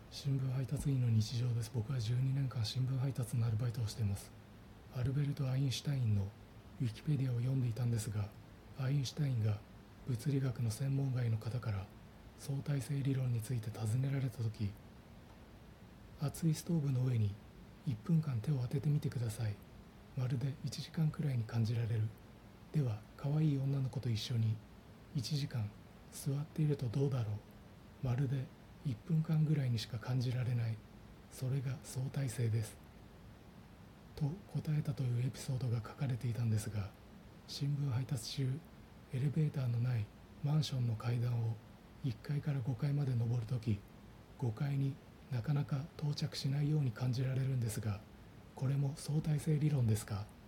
新聞配達員の日常です。僕は12年間新聞配達のアルバイトをしています。アルベルト・アインシュタインのウィキペディアを読んでいたんですが、アインシュタインが物理学の専門外の方から相対性理論について尋ねられたとき、熱いストーブの上に1分間手を当ててみてください。まるで1時間くらいに感じられる。では、可愛い女の子と一緒に1時間座っているとどうだろう。まるで1分間ぐらいにしか感じられない。それが相対性です。と答えたというエピソードが書かれていたんですが、新聞配達中、エレベーターのないマンションの階段を1階から5階まで登るとき、5階になかなか到着しないように感じられるんですが、これも相対性理論ですか？